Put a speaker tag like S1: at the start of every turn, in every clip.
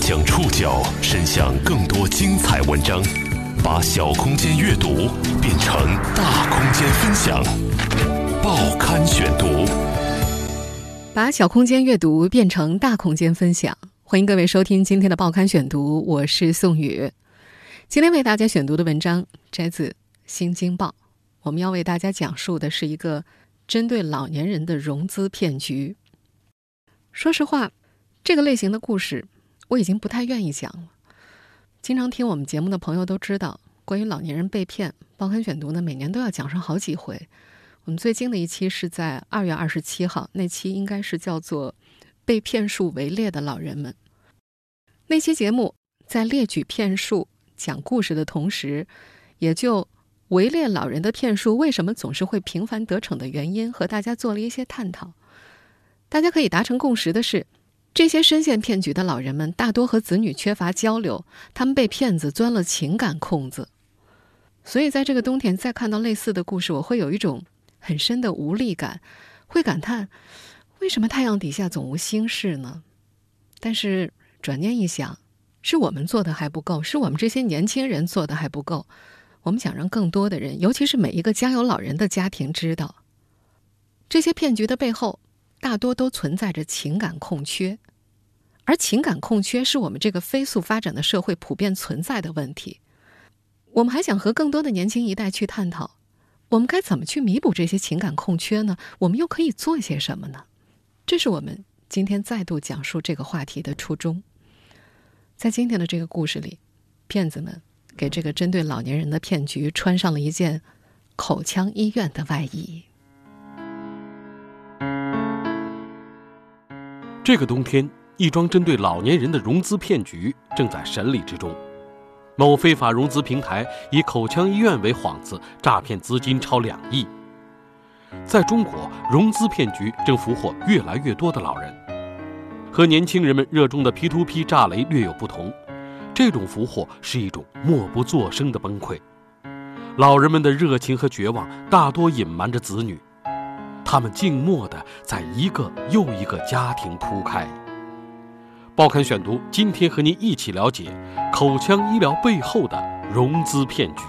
S1: 将触角伸向更多精彩文章，把小空间阅读变成大空间分享。报刊选读，
S2: 把小空间阅读变成大空间分享。欢迎各位收听今天的报刊选读，我是宋宇。今天为大家选读的文章摘自《新京报》，我们要为大家讲述的是一个针对老年人的融资骗局。说实话，这个类型的故事我已经不太愿意讲了。经常听我们节目的朋友都知道，关于老年人被骗，报刊选读呢每年都要讲上好几回。我们最近的一期是在2月27号，那期应该是叫做被骗术围猎的老人们。那期节目在列举骗术讲故事的同时，也就围猎老人的骗术为什么总是会频繁得逞的原因和大家做了一些探讨。大家可以达成共识的是，这些深陷骗局的老人们大多和子女缺乏交流，他们被骗子钻了情感空子。所以在这个冬天再看到类似的故事，我会有一种很深的无力感，会感叹为什么太阳底下总无新事呢？但是转念一想，是我们做的还不够，是我们这些年轻人做的还不够。我们想让更多的人，尤其是每一个家有老人的家庭知道，这些骗局的背后大多都存在着情感空缺，而情感空缺是我们这个飞速发展的社会普遍存在的问题。我们还想和更多的年轻一代去探讨，我们该怎么去弥补这些情感空缺呢？我们又可以做些什么呢？这是我们今天再度讲述这个话题的初衷。在今天的这个故事里，骗子们给这个针对老年人的骗局穿上了一件口腔医院的外衣。
S3: 这个冬天，一桩针对老年人的融资骗局正在审理之中。某非法融资平台以口腔医院为幌子，诈骗资金超2亿。在中国，融资骗局正俘获越来越多的老人。和年轻人们热衷的 P2P 炸雷略有不同，这种俘获是一种默不作声的崩溃。老人们的热情和绝望大多隐瞒着子女，他们静默地在一个又一个家庭铺开。报刊选读今天和您一起了解口腔医疗背后的融资骗局。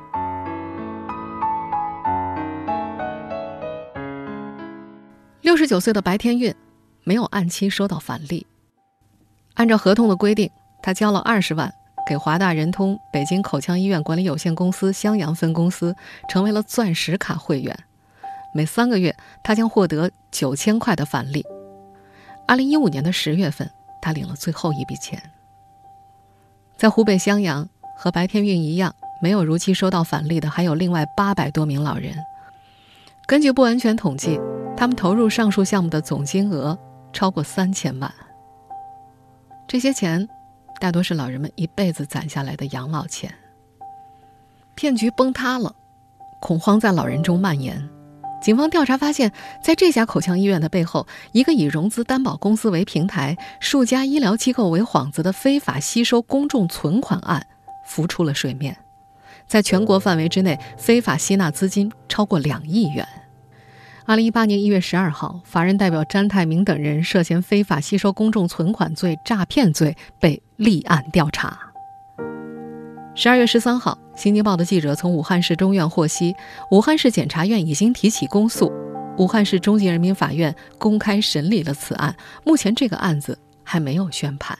S2: 69岁的白天运没有按期收到返利，按照合同的规定，他交了20万给华大仁通北京口腔医院管理有限公司襄阳分公司，成为了钻石卡会员。每3个月他将获得9000块的返利。2015年的10月份，他领了最后一笔钱。在湖北襄阳，和白天运一样没有如期收到返利的还有另外800多名老人。根据不完全统计，他们投入上述项目的总金额超过3000万。这些钱大多是老人们一辈子攒下来的养老钱。骗局崩塌了，恐慌在老人中蔓延。警方调查发现，在这家口腔医院的背后，一个以融资担保公司为平台、数家医疗机构为幌子的非法吸收公众存款案浮出了水面。在全国范围之内，非法吸纳资金超过2亿元。2018年1月12号，法人代表詹泰明等人涉嫌非法吸收公众存款罪、诈骗罪被立案调查。12月13号，新京报的记者从武汉市中院获悉，武汉市检察院已经提起公诉，武汉市中级人民法院公开审理了此案，目前这个案子还没有宣判。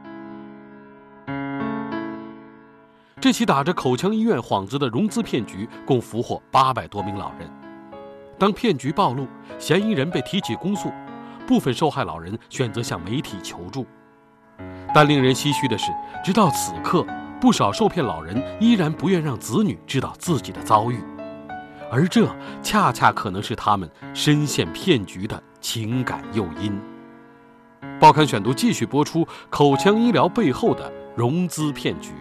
S3: 这起打着口腔医院幌子的融资骗局共俘获800多名老人。当骗局暴露，嫌疑人被提起公诉，部分受害老人选择向媒体求助。但令人唏嘘的是，直到此刻，不少受骗老人依然不愿让子女知道自己的遭遇，而这恰恰可能是他们深陷骗局的情感诱因。报刊选读继续播出口腔医疗背后的融资骗局。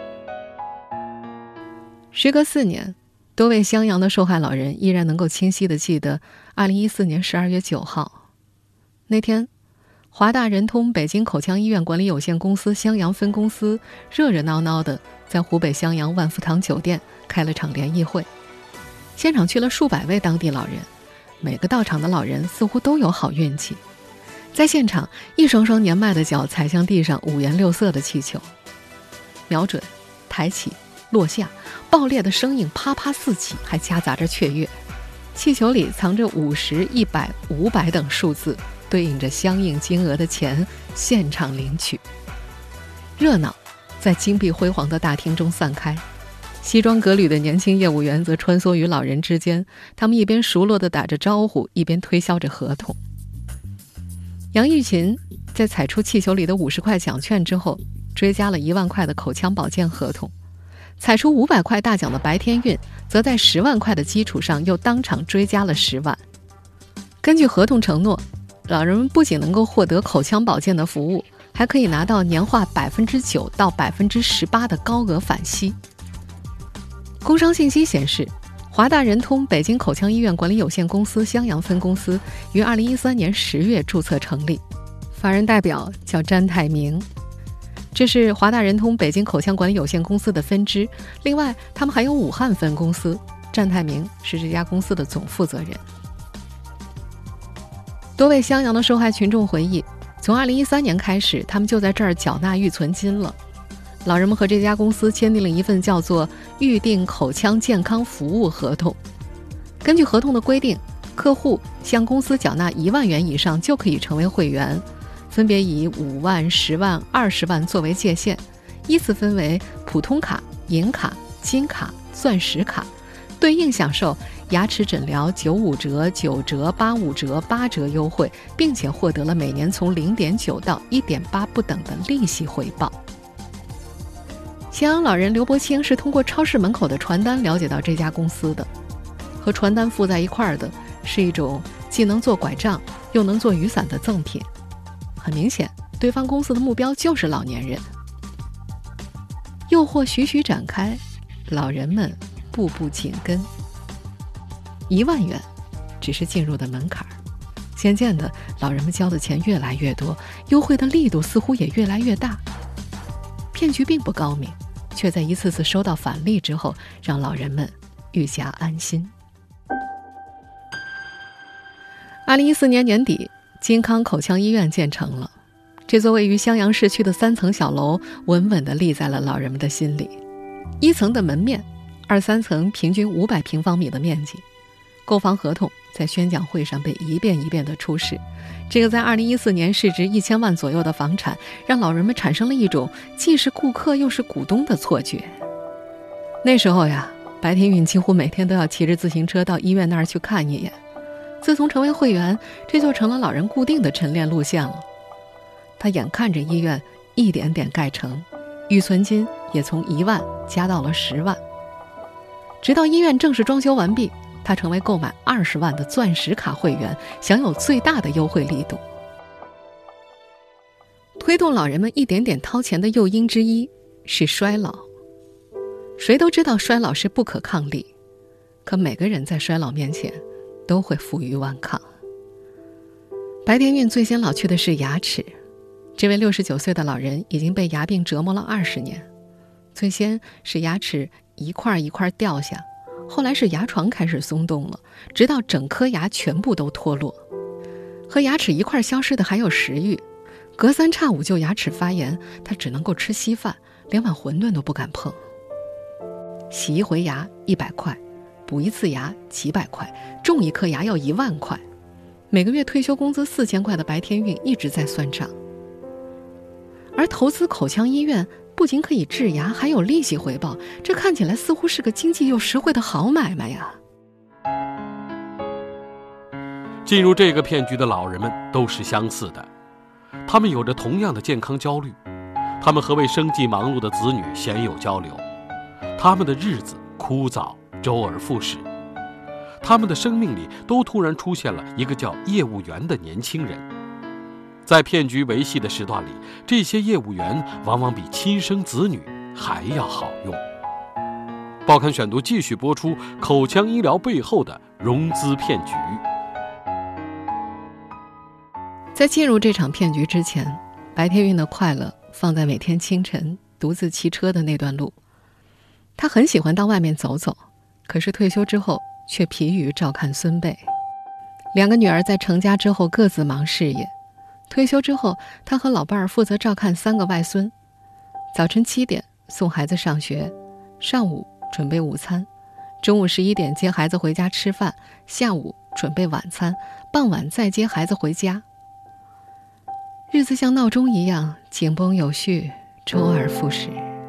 S2: 时隔4年，多位襄阳的受害老人依然能够清晰地记得2014年12月9号那天，华大仁通北京口腔医院管理有限公司襄阳分公司热热闹闹地在湖北襄阳万福堂酒店开了场联谊会。现场去了数百位当地老人，每个到场的老人似乎都有好运气。 在现场，一双双年迈的脚踩向地上五颜六色的气球，瞄准、抬起、落下，爆裂的声音啪啪四起，还夹杂着雀跃。气球里藏着50、100、500等数字，对应着相应金额的钱，现场领取。热闹在金碧辉煌的大厅中散开，西装革履的年轻业务员则穿梭于老人之间，他们一边熟络地打着招呼，一边推销着合同。杨玉琴在踩出气球里的50块奖券之后，追加了1万块的口腔保健合同。踩出500块大奖的白天运，则在10万块的基础上又当场追加了10万。根据合同承诺，老人们不仅能够获得口腔保健的服务，还可以拿到年化9%到18%的高额返息。工商信息显示，华大仁通北京口腔医院管理有限公司襄阳分公司于2013年10月注册成立，法人代表叫詹泰明。这是华大仁通北京口腔管理有限公司的分支，另外他们还有武汉分公司，詹泰明是这家公司的总负责人。多位襄阳的受害群众回忆，从2013年开始，他们就在这儿缴纳预存金了。老人们和这家公司签订了一份叫做预定口腔健康服务合同。根据合同的规定，客户向公司缴纳1万元以上就可以成为会员，分别以5万、10万、20万作为界限，依次分为普通卡、银卡、金卡、钻石卡，对应享受牙齿诊疗95折、9折、85折、8折优惠，并且获得了每年从0.9到1.8不等的利息回报。襄阳老人刘伯清是通过超市门口的传单了解到这家公司的，和传单附在一块儿的是一种既能做拐杖又能做雨伞的赠品。很明显，对方公司的目标就是老年人。诱惑徐徐展开，老人们步步紧跟。1万元只是进入的门槛，渐渐的，老人们交的钱越来越多，优惠的力度似乎也越来越大。骗局并不高明，却在一次次收到返利之后，让老人们愈加安心。2014年年底，金康口腔医院建成了。这座位于襄阳市区的3层小楼稳稳地立在了老人们的心里。1层的门面，2、3层平均500平方米的面积。购房合同在宣讲会上被一遍一遍地出示。这个在2014年市值1000万左右的房产，让老人们产生了一种既是顾客又是股东的错觉。那时候呀，白天运几乎每天都要骑着自行车到医院那儿去看一眼。自从成为会员，这就成了老人固定的晨练路线了。他眼看着医院一点点盖成，预存金也从1万加到了10万。直到医院正式装修完毕，他成为购买20万的钻石卡会员，享有最大的优惠力度。推动老人们一点点掏钱的诱因之一是衰老。谁都知道衰老是不可抗力，可每个人在衰老面前都会负隅顽抗。白天运最先老去的是牙齿。这位69岁的老人已经被牙病折磨了20年，最先是牙齿一块一块掉下，后来是牙床开始松动了，直到整颗牙全部都脱落。和牙齿一块消失的还有食欲，隔3差5就牙齿发炎，他只能够吃稀饭，连碗馄饨都不敢碰。洗一回牙100块，补一次牙几百块，种一颗牙要1万块，每个月退休工资4000块的白天运一直在算账。而投资口腔医院不仅可以治牙，还有利息回报，这看起来似乎是个经济又实惠的好买卖呀。
S3: 进入这个骗局的老人们都是相似的，他们有着同样的健康焦虑，他们和为生计忙碌的子女鲜有交流，他们的日子枯燥，周而复始，他们的生命里都突然出现了一个叫业务员的年轻人。在骗局维系的时段里，这些业务员往往比亲生子女还要好用。报刊选读继续播出口腔医疗背后的融资骗局。
S2: 在进入这场骗局之前，白天运的快乐放在每天清晨独自骑车的那段路。他很喜欢到外面走走，可是退休之后却疲于照看孙辈。2个女儿在成家之后各自忙事业， 退休之后，他和老伴儿负责照看3个外孙。早晨7点送孩子上学，上午准备午餐，中午11点接孩子回家吃饭，下午准备晚餐，傍晚再接孩子回家。日子像闹钟一样紧绷有序，周而复始。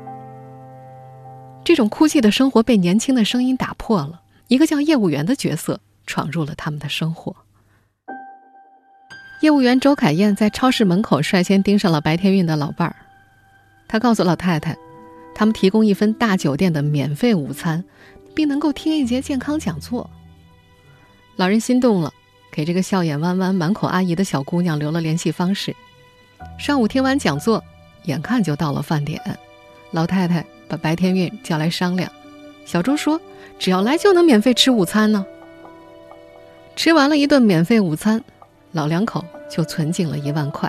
S2: 这种哭泣的生活被年轻的声音打破了，一个叫业务员的角色闯入了他们的生活。业务员周凯燕在超市门口率先盯上了白天运的老伴儿。他告诉老太太，他们提供一份大酒店的免费午餐，并能够听一节健康讲座。老人心动了，给这个笑眼弯弯满口阿姨的小姑娘留了联系方式。上午听完讲座，眼看就到了饭点，老太太把白天运叫来商量。小周说，只要来就能免费吃午餐呢。吃完了一顿免费午餐，老两口就存进了1万块。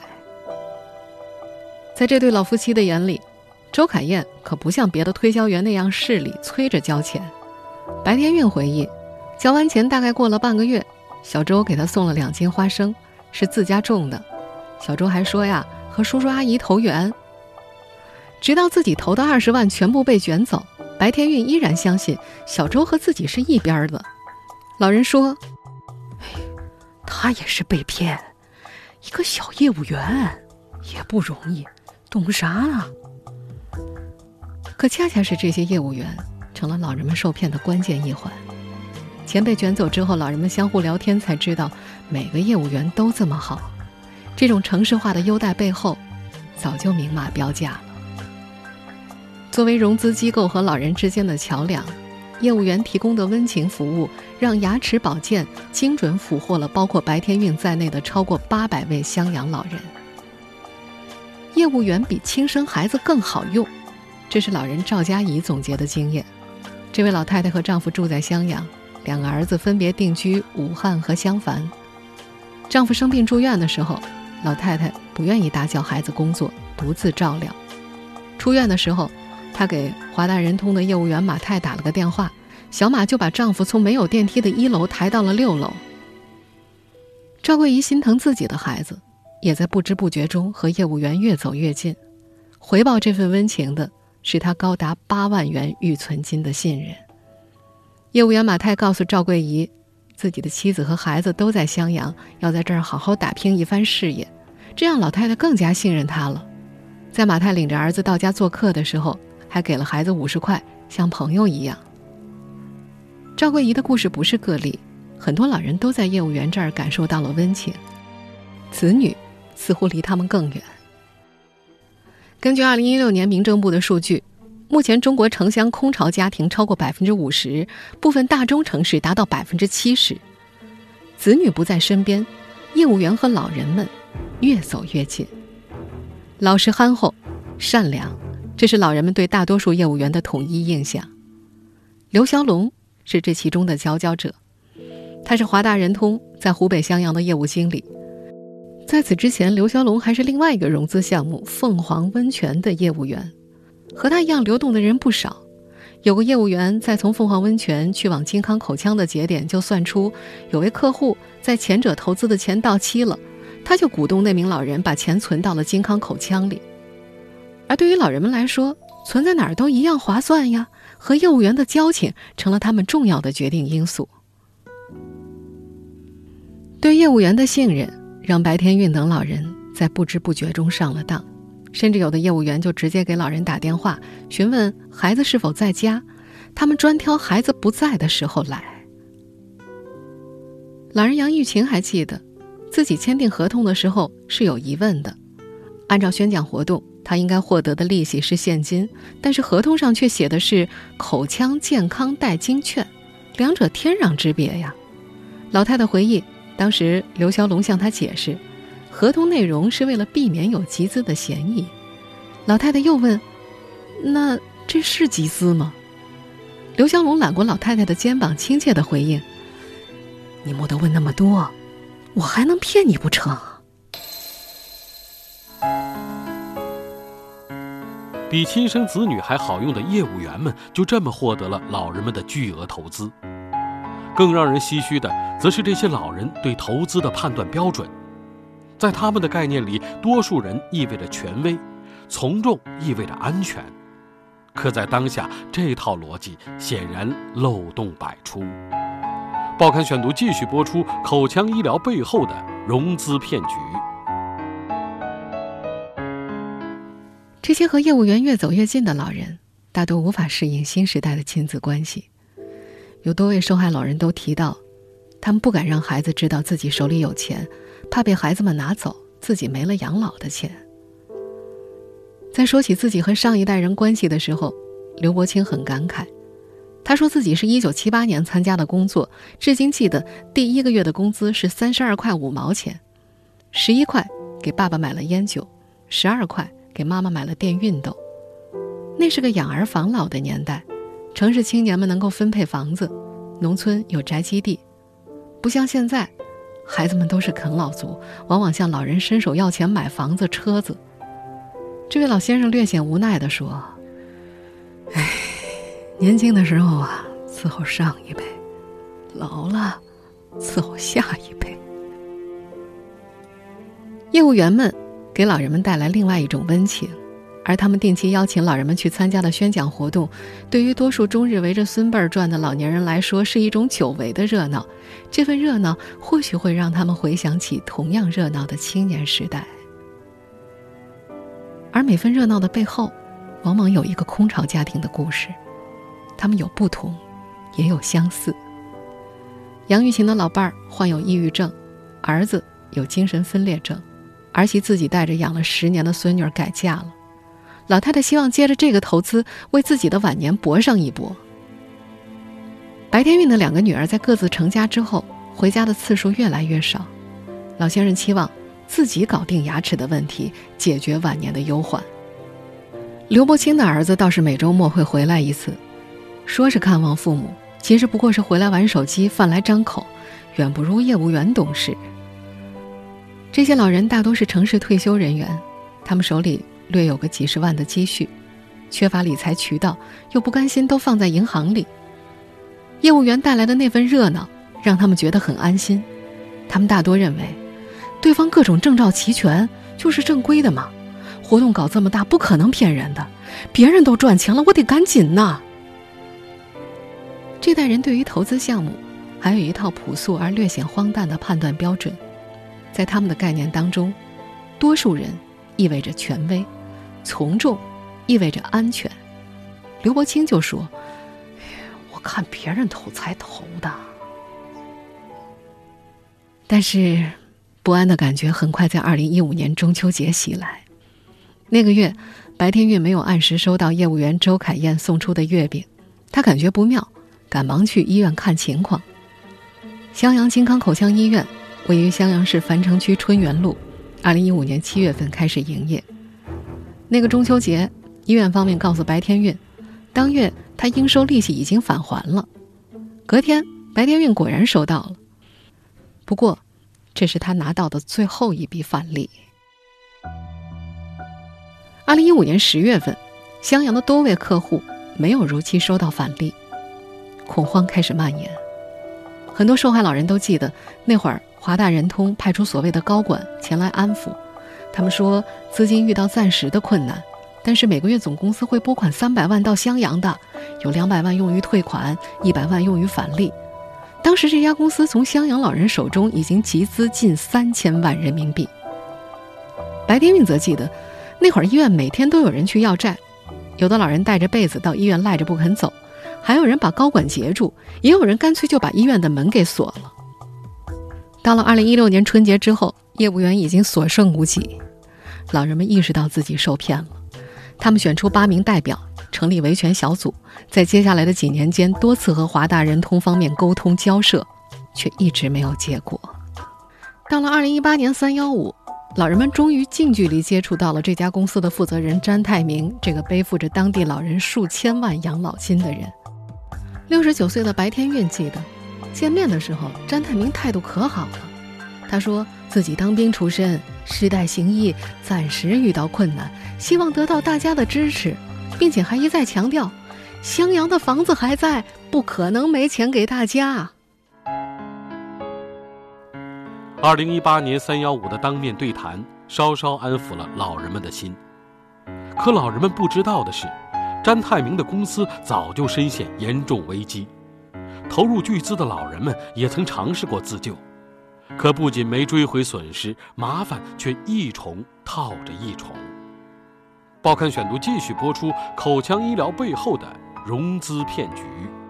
S2: 在这对老夫妻的眼里，周凯燕可不像别的推销员那样势利催着交钱。白天运回忆，交完钱大概过了半个月，小周给他送了2斤花生，是自家种的。小周还说呀，和叔叔阿姨投缘。直到自己投的20万全部被卷走，白天运依然相信小周和自己是一边的。老人说，他也是被骗，一个小业务员也不容易，懂啥呢？可恰恰是这些业务员成了老人们受骗的关键一环。钱被卷走之后，老人们相互聊天才知道，每个业务员都这么好。这种城市化的优待背后早就明码标价了。作为融资机构和老人之间的桥梁，业务员提供的温情服务让牙齿保健精准俘获了包括白天运在内的超过800位襄阳老人。业务员比亲生孩子更好用，这是老人赵佳怡总结的经验。这位老太太和丈夫住在襄阳，2个儿子分别定居武汉和襄樊。丈夫生病住院的时候，老太太不愿意打搅孩子工作，独自照料。出院的时候，她给华大人通的业务员马太打了个电话，小马就把丈夫从没有电梯的1楼抬到了6楼。赵桂怡心疼自己的孩子，也在不知不觉中和业务员越走越近。回报这份温情的是他高达8万元预存金的信任。业务员马太告诉赵桂怡，自己的妻子和孩子都在襄阳，要在这儿好好打拼一番事业，这样老太太更加信任他了。在马太领着儿子到家做客的时候，还给了孩子50块，像朋友一样。赵桂怡的故事不是个例，很多老人都在业务员这儿感受到了温情，子女似乎离他们更远。根据2016年民政部的数据，目前中国城乡空巢家庭超过50%，部分大中城市达到70%。子女不在身边，业务员和老人们越走越近。老实憨厚、善良，这是老人们对大多数业务员的统一印象。刘小龙是这其中的佼佼者，他是华大人通在湖北襄阳的业务经理。在此之前，刘小龙还是另外一个融资项目凤凰温泉的业务员。和他一样流动的人不少，有个业务员在从凤凰温泉去往金康口腔的节点就算出有位客户在前者投资的钱到期了，他就鼓动那名老人把钱存到了金康口腔里。而对于老人们来说，存在哪儿都一样划算呀，和业务员的交情成了他们重要的决定因素。对业务员的信任让白天运等老人在不知不觉中上了当，甚至有的业务员就直接给老人打电话询问孩子是否在家，他们专挑孩子不在的时候来。老人杨玉琴还记得自己签订合同的时候是有疑问的，按照宣讲活动他应该获得的利息是现金，但是合同上却写的是口腔健康代金券，两者天壤之别呀。老太太回忆，当时刘小龙向她解释，合同内容是为了避免有集资的嫌疑。老太太又问，那这是集资吗？刘小龙揽过老太太的肩膀，亲切地回应，你莫得问那么多，我还能骗你不成？
S3: 比亲生子女还好用的业务员们就这么获得了老人们的巨额投资。更让人唏嘘的则是这些老人对投资的判断标准。 在他们的概念里，多数人意味着权威，从众意味着安全。可在当下，这套逻辑显然漏洞百出。报刊选读继续播出口腔医疗背后的融资骗局。
S2: 这些和业务员越走越近的老人，大多无法适应新时代的亲子关系。有多位受害老人都提到，他们不敢让孩子知道自己手里有钱，怕被孩子们拿走，自己没了养老的钱。在说起自己和上一代人关系的时候，刘伯清很感慨。他说自己是1978年参加的工作，至今记得第1个月的工资是32块5毛钱，11块给爸爸买了烟酒，12块给妈妈买了电熨斗。那是个养儿防老的年代，城市青年们能够分配房子，农村有宅基地。不像现在，孩子们都是啃老族，往往向老人伸手要钱买房子车子。这位老先生略显无奈地说，年轻的时候啊，伺候上一辈，老了伺候下一辈。业务员们给老人们带来另外一种温情，而他们定期邀请老人们去参加的宣讲活动，对于多数终日围着孙辈儿转的老年人来说，是一种久违的热闹。这份热闹或许会让他们回想起同样热闹的青年时代。而每份热闹的背后，往往有一个空巢家庭的故事，他们有不同，也有相似。杨玉琴的老伴儿患有抑郁症，儿子有精神分裂症，儿媳自己带着养了10年的孙女儿改嫁了。老太太希望借着这个投资，为自己的晚年搏上一搏。白天运的2个女儿在各自成家之后，回家的次数越来越少。老先生期望自己搞定牙齿的问题，解决晚年的忧患。刘伯清的儿子倒是每周末会回来一次，说是看望父母，其实不过是回来玩手机，饭来张口，远不如业务员懂事。这些老人大多是城市退休人员，他们手里略有个几十万的积蓄，缺乏理财渠道，又不甘心都放在银行里。业务员带来的那份热闹让他们觉得很安心，他们大多认为对方各种证照齐全，就是正规的嘛，活动搞这么大不可能骗人的，别人都赚钱了，我得赶紧呐。这代人对于投资项目还有一套朴素而略显荒诞的判断标准，在他们的概念当中，多数人意味着权威，从众意味着安全。刘伯清就说，我看别人投才投的。但是不安的感觉很快在2015年中秋节袭来。那个月，白天运没有按时收到业务员周凯燕送出的月饼，他感觉不妙，赶忙去医院看情况。襄阳金康口腔医院位于襄阳市樊城区春园路，2015年7月份开始营业。那个中秋节，医院方面告诉白天运，当月他应收利息已经返还了。隔天，白天运果然收到了，不过这是他拿到的最后一笔返利。2015年10月份，襄阳的多位客户没有如期收到返利，恐慌开始蔓延。很多受害老人都记得，那会儿华大仁通派出所谓的高管前来安抚，他们说资金遇到暂时的困难，但是每个月总公司会拨款300万到襄阳的，有200万用于退款，100万用于返利。当时这家公司从襄阳老人手中已经集资近3000万人民币。白天运则记得，那会儿医院每天都有人去要债，有的老人带着被子到医院赖着不肯走，还有人把高管截住，也有人干脆就把医院的门给锁了。到了2016年春节之后，业务员已经所剩无几，老人们意识到自己受骗了，他们选出8名代表，成立维权小组，在接下来的几年间多次和华大仁通方面沟通交涉，却一直没有结果。到了2018年315，老人们终于近距离接触到了这家公司的负责人詹泰明，这个背负着当地老人数千万养老金的人。69岁的白天运记得，见面的时候詹泰明态度可好了，他说自己当兵出身，世代行医，暂时遇到困难，希望得到大家的支持，并且还一再强调，襄阳的房子还在，不可能没钱给大家。
S3: 2018年315的当面对谈稍稍安抚了老人们的心。可老人们不知道的是，詹泰明的公司早就深陷严重危机。投入巨资的老人们也曾尝试过自救，可不仅没追回损失，麻烦却一重套着一重。报刊选读继续播出口腔医疗背后的融资骗局。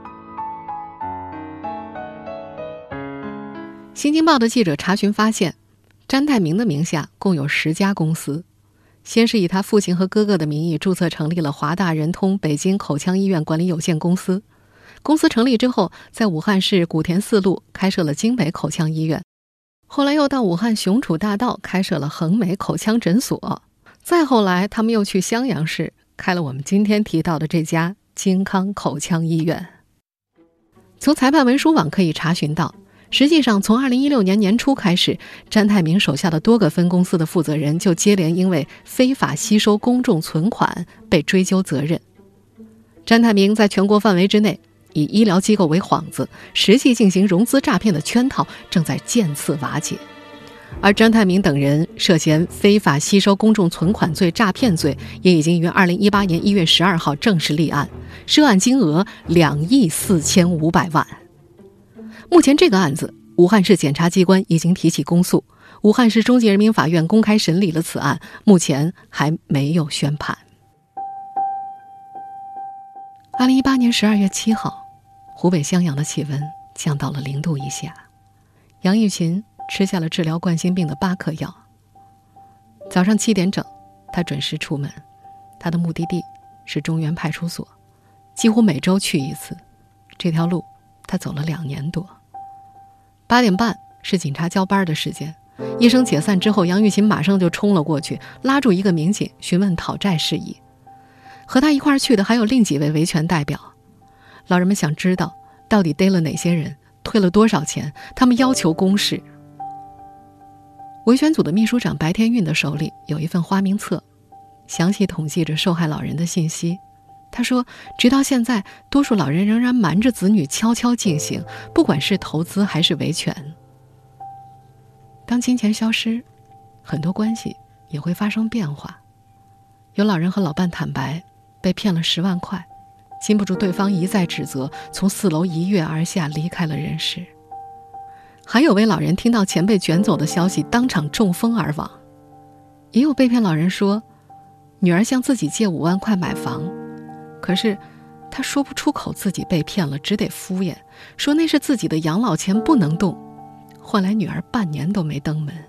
S2: 新京报的记者查询发现，詹泰明的名下共有10家公司，先是以他父亲和哥哥的名义注册成立了华大仁通北京口腔医院管理有限公司。公司成立之后，在武汉市古田4路开设了京北口腔医院，后来又到武汉雄楚大道开设了恒美口腔诊所，再后来他们又去襄阳市开了我们今天提到的这家京康口腔医院。从裁判文书网可以查询到，实际上从2016年年初开始，詹泰明手下的多个分公司的负责人就接连因为非法吸收公众存款被追究责任。詹泰明在全国范围之内以医疗机构为幌子，实际进行融资诈骗的圈套正在渐次瓦解。而詹泰明等人涉嫌非法吸收公众存款罪、诈骗罪，也已经于2018年1月12号正式立案，涉案金额2亿4500万。目前这个案子，武汉市检察机关已经提起公诉，武汉市中级人民法院公开审理了此案，目前还没有宣判。2018年12月7号，湖北襄阳的气温降到了0度以下。杨玉琴吃下了治疗冠心病的8颗药。早上7点整，他准时出门，他的目的地是中原派出所，几乎每周去一次。这条路他走了2年多。8点半是警察交班的时间，医生解散之后，杨玉琴马上就冲了过去，拉住一个民警询问讨债事宜。和他一块儿去的还有另几位维权代表。老人们想知道到底逮了哪些人，退了多少钱，他们要求公示。维权组的秘书长白天运的手里有一份花名册，详细统计着受害老人的信息。他说，直到现在，多数老人仍然瞒着子女悄悄进行，不管是投资还是维权。当金钱消失，很多关系也会发生变化。有老人和老伴坦白，被骗了10万块，禁不住对方一再指责，从4楼一跃而下，离开了人世。还有位老人听到钱被卷走的消息，当场中风而亡。也有被骗老人说，女儿向自己借5万块买房，可是他说不出口自己被骗了，只得敷衍，说那是自己的养老钱，不能动，换来女儿半年都没登门。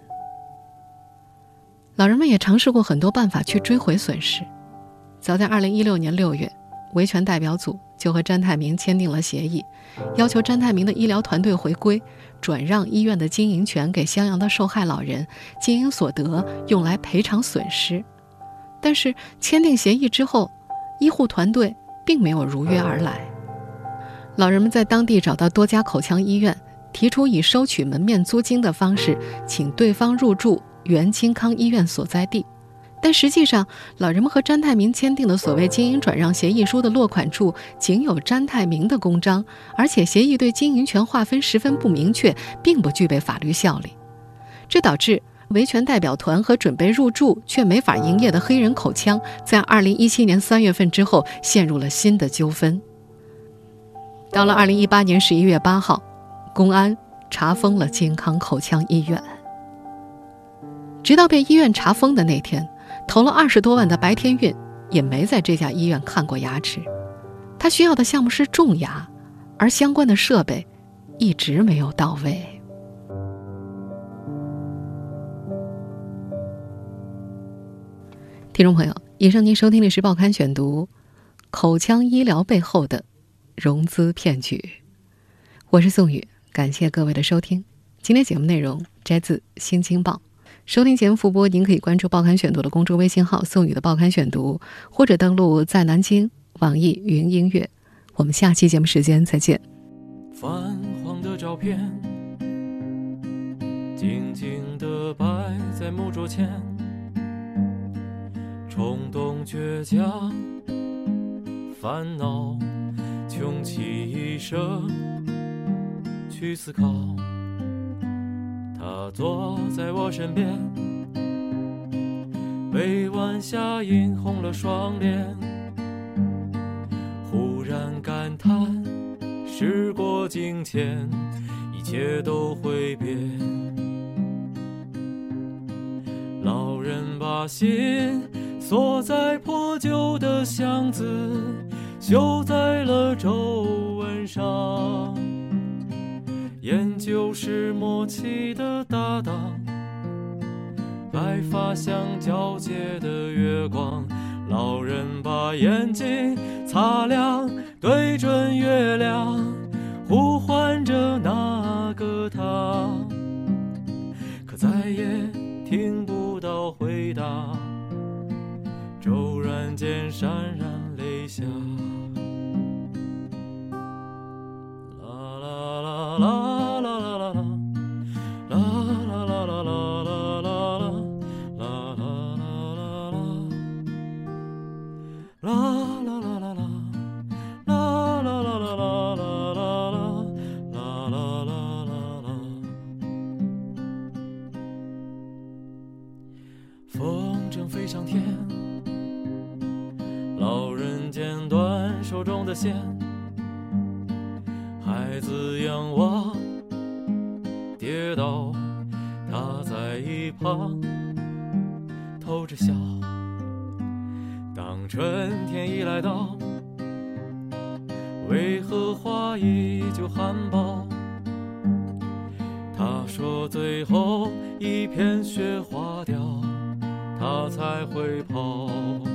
S2: 老人们也尝试过很多办法去追回损失。早在2016年6月，维权代表组就和詹泰明签订了协议，要求詹泰明的医疗团队回归，转让医院的经营权给襄阳的受害老人，经营所得用来赔偿损失。但是签订协议之后，医护团队并没有如约而来。老人们在当地找到多家口腔医院，提出以收取门面租金的方式，请对方入住原京康医院所在地。但实际上，老人们和詹泰明签订的所谓经营转让协议书的落款处仅有詹泰明的公章，而且协议对经营权划分十分不明确，并不具备法律效力。这导致维权代表团和准备入驻却没法营业的黑人口腔在2017年3月份之后陷入了新的纠纷。到了2018年11月8号，公安查封了京康口腔医院。直到被医院查封的那天，投了20多万的白天运也没在这家医院看过牙齿。他需要的项目是种牙，而相关的设备一直没有到位。听众朋友，以上您收听的是报刊选读，口腔医疗背后的融资骗局。我是宋宇，感谢各位的收听。今天节目内容摘自《新京报》。收听节目复播，您可以关注报刊选读的公众微信号宋宇的报刊选读，或者登录在南京网易云音乐。我们下期节目时间再见。
S4: 泛黄的照片静静地摆在木桌前，冲动倔强烦恼穷其一生去思考， 他坐在我身边，被晚霞映红了双脸，忽然感叹时过境迁，一切都会变。老人把心锁在破旧的箱子，绣在了皱纹上。研究是默契的搭档，白发像皎洁的月光。老人把眼睛擦亮，对准月亮，呼唤着那个他，可再也听不到回答。骤然间潸然泪下，啦啦啦啦。风筝飞上天，老人剪断手中的线，孩子仰望跌倒，他在一旁偷着笑。当春天一来到，为何花依旧含苞？他说最后一片雪花掉，他才会跑。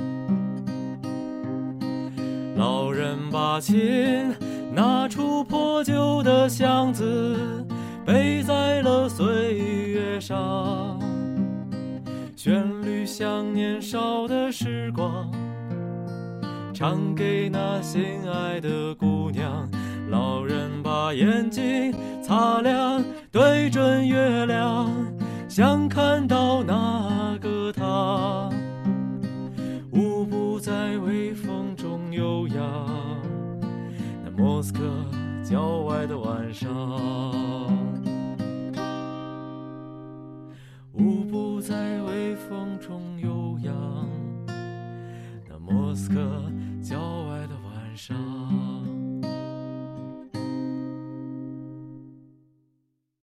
S4: 老人把琴拿出破旧的箱子，背在了岁月上，旋律像年少的时光，唱给那心爱的姑娘。老人把眼睛擦亮，对准月亮，想看到那个他，舞步在微风中悠扬。那莫斯科郊外的晚上，舞步在微风中悠扬。那莫斯科郊外的晚上。